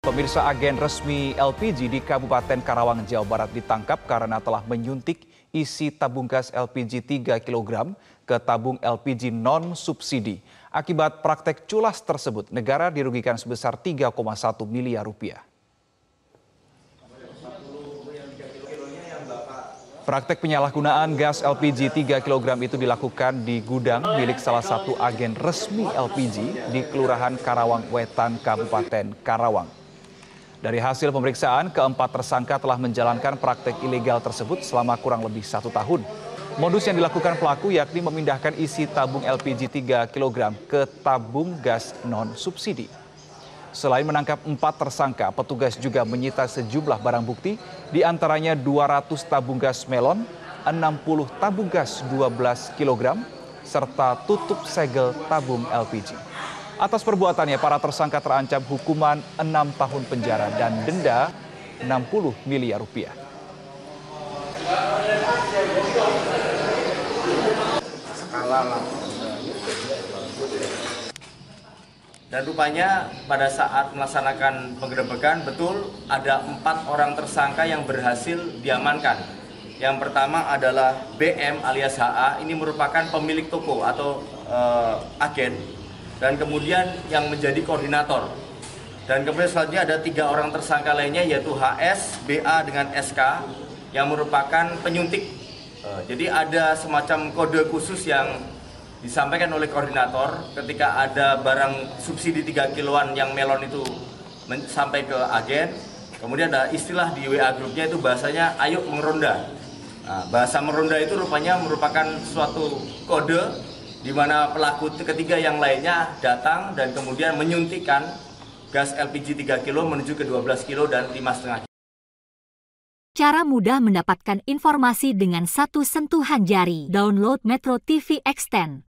Pemirsa, agen resmi LPG di Kabupaten Karawang, Jawa Barat ditangkap karena telah menyuntik isi tabung gas LPG 3 kg ke tabung LPG non-subsidi. Akibat praktek culas tersebut, negara dirugikan sebesar 3,1 miliar rupiah. Praktek penyalahgunaan gas LPG 3 kg itu dilakukan di gudang milik salah satu agen resmi LPG di Kelurahan Karawang Wetan, Kabupaten Karawang. Dari hasil pemeriksaan, keempat tersangka telah menjalankan praktek ilegal tersebut selama kurang lebih 1 tahun. Modus yang dilakukan pelaku yakni memindahkan isi tabung LPG 3 kg ke tabung gas non-subsidi. Selain menangkap 4 tersangka, petugas juga menyita sejumlah barang bukti, di antaranya 200 tabung gas melon, 60 tabung gas 12 kg, serta tutup segel tabung LPG. Atas perbuatannya, para tersangka terancam hukuman 6 tahun penjara dan denda 60 miliar rupiah. Dan rupanya pada saat melaksanakan penggerebekan, betul ada 4 orang tersangka yang berhasil diamankan. Yang pertama adalah BM alias HA, ini merupakan pemilik toko atau agen. Dan kemudian yang menjadi koordinator. Dan kemudian selanjutnya ada 3 orang tersangka lainnya, yaitu HS, BA dengan SK yang merupakan penyuntik. Jadi ada semacam kode khusus yang disampaikan oleh koordinator ketika ada barang subsidi 3 kiloan yang melon itu sampai ke agen. Kemudian ada istilah di WA grupnya itu bahasanya ayo meronda. Nah, bahasa meronda itu rupanya merupakan suatu kode di mana pelaku ketiga yang lainnya datang dan kemudian menyuntikkan gas LPG 3 kilo menuju ke 12 kilo dan 5,5 kilo. Cara mudah mendapatkan informasi dengan satu sentuhan jari. Download Metro TV Extend.